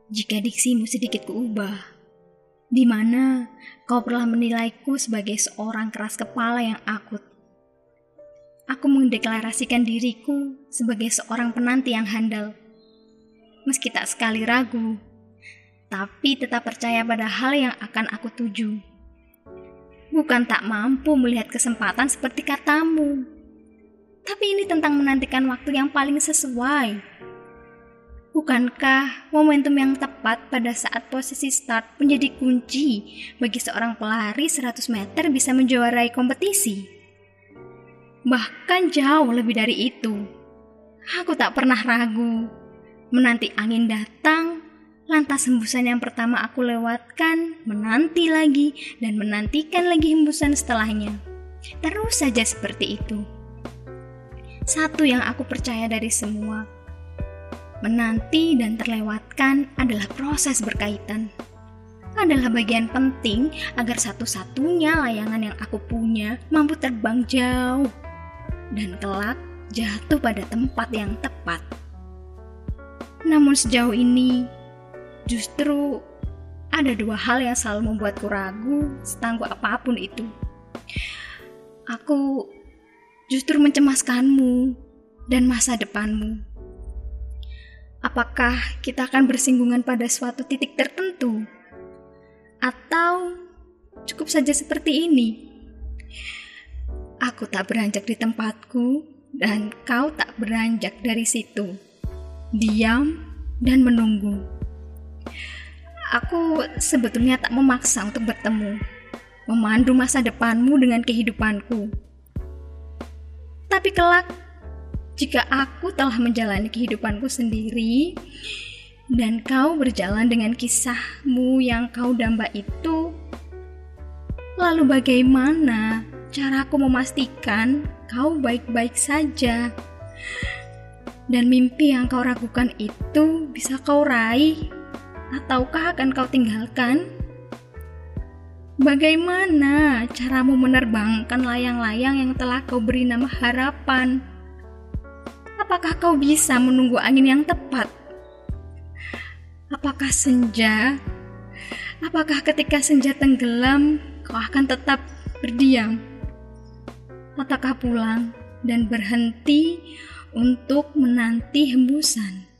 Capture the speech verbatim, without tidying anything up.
Jika diksimu sedikit kuubah, di mana kau pernah menilaiku sebagai seorang keras kepala yang akut. Aku mendeklarasikan diriku sebagai seorang penanti yang handal. Meski tak sekali ragu, tapi tetap percaya pada hal yang akan aku tuju. Bukan tak mampu melihat kesempatan seperti katamu, tapi ini tentang menantikan waktu yang paling sesuai. Bukankah momentum yang tepat pada saat posisi start menjadi kunci bagi seorang pelari seratus meter bisa menjuarai kompetisi? Bahkan jauh lebih dari itu. Aku tak pernah ragu. Menanti angin datang, lantas hembusan yang pertama aku lewatkan, menanti lagi, dan menantikan lagi hembusan setelahnya. Terus saja seperti itu. Satu yang aku percaya dari semua, menanti dan terlewatkan adalah proses berkaitan. Adalah bagian penting agar satu-satunya layangan yang aku punya mampu terbang jauh dan kelak jatuh pada tempat yang tepat. Namun sejauh ini, justru ada dua hal yang selalu membuatku ragu setangguh apapun itu. Aku justru mencemaskanmu dan masa depanmu. Apakah kita akan bersinggungan pada suatu titik tertentu? Atau cukup saja seperti ini? Aku tak beranjak di tempatku dan kau tak beranjak dari situ. Diam dan menunggu. Aku sebetulnya tak memaksa untuk bertemu, memandu masa depanmu dengan kehidupanku. Tapi kelak, jika aku telah menjalani kehidupanku sendiri, dan kau berjalan dengan kisahmu yang kau damba itu, lalu bagaimana caraku memastikan kau baik-baik saja? Dan mimpi yang kau ragukan itu bisa kau raih, ataukah akan kau tinggalkan? Bagaimana caramu menerbangkan layang-layang yang telah kau beri nama harapan? Apakah kau bisa menunggu angin yang tepat? Apakah senja? Apakah ketika senja tenggelam, kau akan tetap berdiam? Ataukah pulang dan berhenti untuk menanti hembusan?